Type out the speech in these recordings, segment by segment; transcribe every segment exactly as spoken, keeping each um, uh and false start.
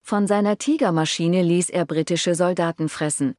Von seiner Tigermaschine ließ er britische Soldaten fressen.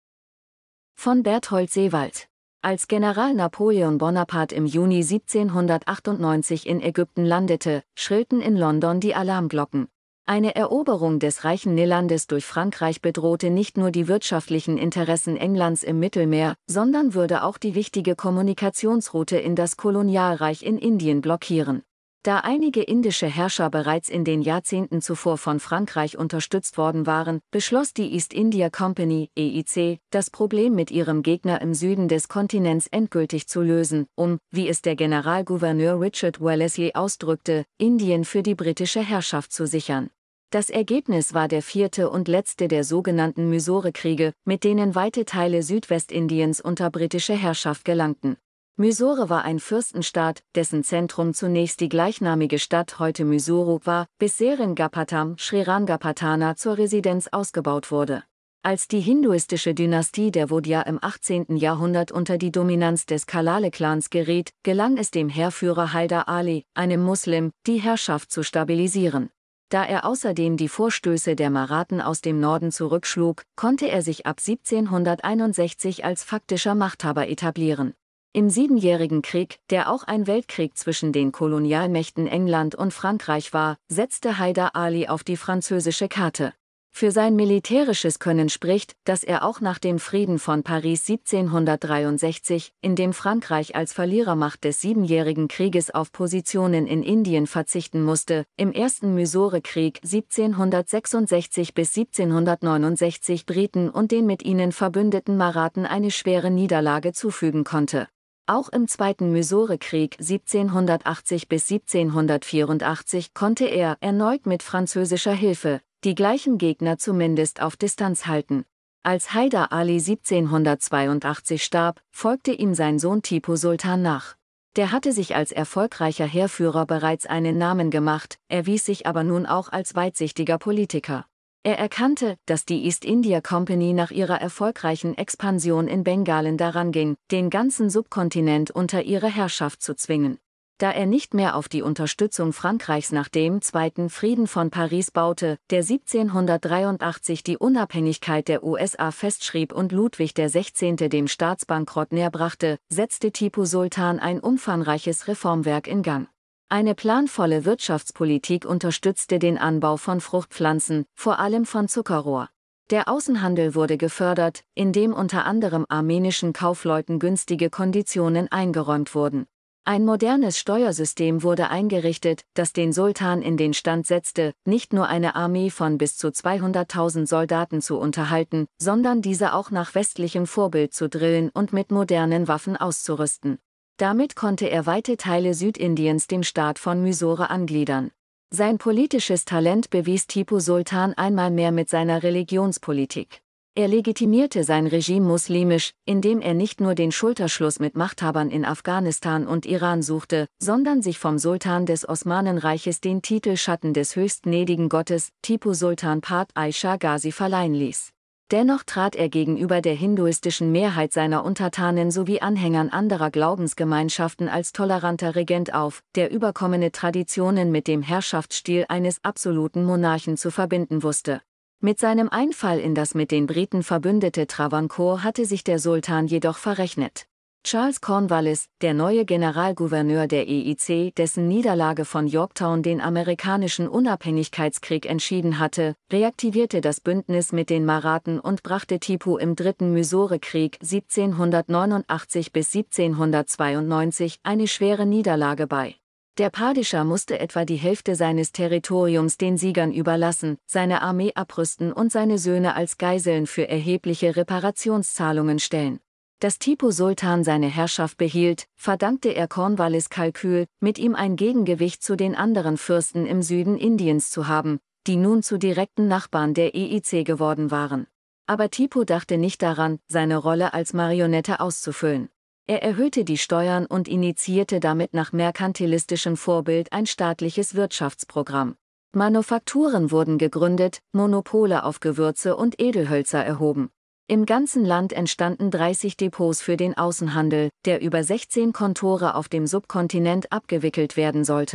Von Berthold Seewald. Als General Napoleon Bonaparte im Juni siebzehnhundertachtundneunzig in Ägypten landete, schrillten in London die Alarmglocken. Eine Eroberung des reichen Nillandes durch Frankreich bedrohte nicht nur die wirtschaftlichen Interessen Englands im Mittelmeer, sondern würde auch die wichtige Kommunikationsroute in das Kolonialreich in Indien blockieren. Da einige indische Herrscher bereits in den Jahrzehnten zuvor von Frankreich unterstützt worden waren, beschloss die East India Company, E I C, das Problem mit ihrem Gegner im Süden des Kontinents endgültig zu lösen, um, wie es der Generalgouverneur Richard Wellesley ausdrückte, Indien für die britische Herrschaft zu sichern. Das Ergebnis war der vierte und letzte der sogenannten Mysore-Kriege, mit denen weite Teile Südwestindiens unter britische Herrschaft gelangten. Mysore war ein Fürstenstaat, dessen Zentrum zunächst die gleichnamige Stadt, heute Mysuru, war, bis Seringapatam, Srirangapatana zur Residenz ausgebaut wurde. Als die hinduistische Dynastie der Vodya im achtzehnten Jahrhundert unter die Dominanz des Kalale-Clans geriet, gelang es dem Heerführer Hyder Ali, einem Muslim, die Herrschaft zu stabilisieren. Da er außerdem die Vorstöße der Marathen aus dem Norden zurückschlug, konnte er sich ab siebzehnhunderteinundsechzig als faktischer Machthaber etablieren. Im Siebenjährigen Krieg, der auch ein Weltkrieg zwischen den Kolonialmächten England und Frankreich war, setzte Hyder Ali auf die französische Karte. Für sein militärisches Können spricht, dass er auch nach dem Frieden von Paris siebzehnhundertdreiundsechzig, in dem Frankreich als Verlierermacht des Siebenjährigen Krieges auf Positionen in Indien verzichten musste, im ersten Mysore-Krieg siebzehnhundertsechsundsechzig bis siebzehnhundertneunundsechzig Briten und den mit ihnen verbündeten Marathen eine schwere Niederlage zufügen konnte. Auch im Zweiten Mysore-Krieg siebzehnhundertachtzig bis siebzehnhundertvierundachtzig konnte er erneut mit französischer Hilfe die gleichen Gegner zumindest auf Distanz halten. Als Hyder Ali siebzehnhundertzweiundachtzig starb, folgte ihm sein Sohn Tipu Sultan nach. Der hatte sich als erfolgreicher Heerführer bereits einen Namen gemacht, erwies sich aber nun auch als weitsichtiger Politiker. Er erkannte, dass die East India Company nach ihrer erfolgreichen Expansion in Bengalen daran ging, den ganzen Subkontinent unter ihre Herrschaft zu zwingen. Da er nicht mehr auf die Unterstützung Frankreichs nach dem Zweiten Frieden von Paris baute, der siebzehnhundertdreiundachtzig die Unabhängigkeit der U S A festschrieb und Ludwig der Sechzehnte dem Staatsbankrott näherbrachte, setzte Tipu Sultan ein umfangreiches Reformwerk in Gang. Eine planvolle Wirtschaftspolitik unterstützte den Anbau von Fruchtpflanzen, vor allem von Zuckerrohr. Der Außenhandel wurde gefördert, indem unter anderem armenischen Kaufleuten günstige Konditionen eingeräumt wurden. Ein modernes Steuersystem wurde eingerichtet, das den Sultan in den Stand setzte, nicht nur eine Armee von bis zu zweihunderttausend Soldaten zu unterhalten, sondern diese auch nach westlichem Vorbild zu drillen und mit modernen Waffen auszurüsten. Damit konnte er weite Teile Südindiens dem Staat von Mysore angliedern. Sein politisches Talent bewies Tipu Sultan einmal mehr mit seiner Religionspolitik. Er legitimierte sein Regime muslimisch, indem er nicht nur den Schulterschluss mit Machthabern in Afghanistan und Iran suchte, sondern sich vom Sultan des Osmanenreiches den Titel Schatten des höchstgnädigen Gottes, Tipu Sultan Pat Aisha Ghazi, verleihen ließ. Dennoch trat er gegenüber der hinduistischen Mehrheit seiner Untertanen sowie Anhängern anderer Glaubensgemeinschaften als toleranter Regent auf, der überkommene Traditionen mit dem Herrschaftsstil eines absoluten Monarchen zu verbinden wusste. Mit seinem Einfall in das mit den Briten verbündete Travancore hatte sich der Sultan jedoch verrechnet. Charles Cornwallis, der neue Generalgouverneur der E I C, dessen Niederlage von Yorktown den amerikanischen Unabhängigkeitskrieg entschieden hatte, reaktivierte das Bündnis mit den Marathen und brachte Tipu im dritten Mysore-Krieg siebzehnhundertneunundachtzig bis siebzehnhundertzweiundneunzig eine schwere Niederlage bei. Der Padischa musste etwa die Hälfte seines Territoriums den Siegern überlassen, seine Armee abrüsten und seine Söhne als Geiseln für erhebliche Reparationszahlungen stellen. Dass Tipu Sultan seine Herrschaft behielt, verdankte er Cornwallis Kalkül, mit ihm ein Gegengewicht zu den anderen Fürsten im Süden Indiens zu haben, die nun zu direkten Nachbarn der E I C geworden waren. Aber Tipu dachte nicht daran, seine Rolle als Marionette auszufüllen. Er erhöhte die Steuern und initiierte damit nach merkantilistischem Vorbild ein staatliches Wirtschaftsprogramm. Manufakturen wurden gegründet, Monopole auf Gewürze und Edelhölzer erhoben. Im ganzen Land entstanden dreißig Depots für den Außenhandel, der über sechzehn Kontore auf dem Subkontinent abgewickelt werden sollte.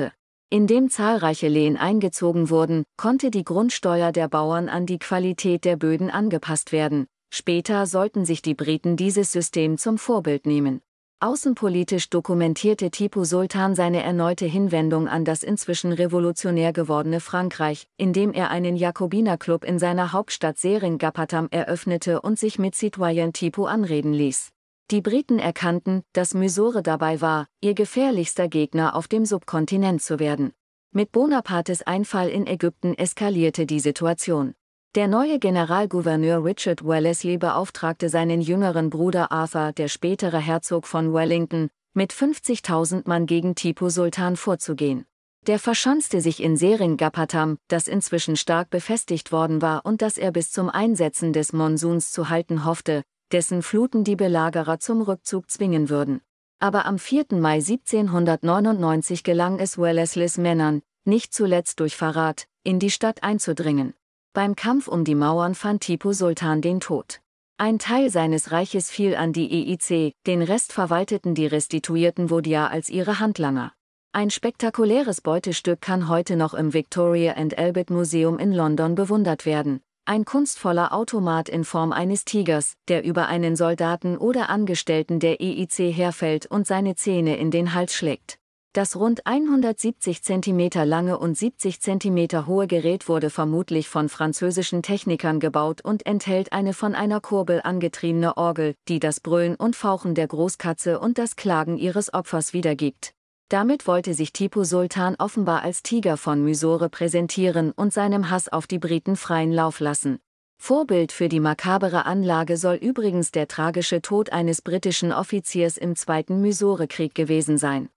Indem zahlreiche Lehen eingezogen wurden, konnte die Grundsteuer der Bauern an die Qualität der Böden angepasst werden. Später sollten sich die Briten dieses System zum Vorbild nehmen. Außenpolitisch dokumentierte Tipu Sultan seine erneute Hinwendung an das inzwischen revolutionär gewordene Frankreich, indem er einen Jakobinerclub in seiner Hauptstadt Seringapatam eröffnete und sich mit Citoyen Tipu anreden ließ. Die Briten erkannten, dass Mysore dabei war, ihr gefährlichster Gegner auf dem Subkontinent zu werden. Mit Bonapartes Einfall in Ägypten eskalierte die Situation. Der neue Generalgouverneur Richard Wellesley beauftragte seinen jüngeren Bruder Arthur, der spätere Herzog von Wellington, mit fünfzigtausend Mann gegen Tipu Sultan vorzugehen. Der verschanzte sich in Seringapatam, das inzwischen stark befestigt worden war und das er bis zum Einsetzen des Monsuns zu halten hoffte, dessen Fluten die Belagerer zum Rückzug zwingen würden. Aber am vierten Mai siebzehnhundertneunundneunzig gelang es Wellesleys Männern, nicht zuletzt durch Verrat, in die Stadt einzudringen. Beim Kampf um die Mauern fand Tipu Sultan den Tod. Ein Teil seines Reiches fiel an die E I C, den Rest verwalteten die restituierten Wodja als ihre Handlanger. Ein spektakuläres Beutestück kann heute noch im Victoria and Albert Museum in London bewundert werden. Ein kunstvoller Automat in Form eines Tigers, der über einen Soldaten oder Angestellten der E I C herfällt und seine Zähne in den Hals schlägt. Das rund hundertsiebzig Zentimeter lange und siebzig Zentimeter hohe Gerät wurde vermutlich von französischen Technikern gebaut und enthält eine von einer Kurbel angetriebene Orgel, die das Brüllen und Fauchen der Großkatze und das Klagen ihres Opfers wiedergibt. Damit wollte sich Tipu Sultan offenbar als Tiger von Mysore präsentieren und seinem Hass auf die Briten freien Lauf lassen. Vorbild für die makabere Anlage soll übrigens der tragische Tod eines britischen Offiziers im Zweiten Mysore-Krieg gewesen sein.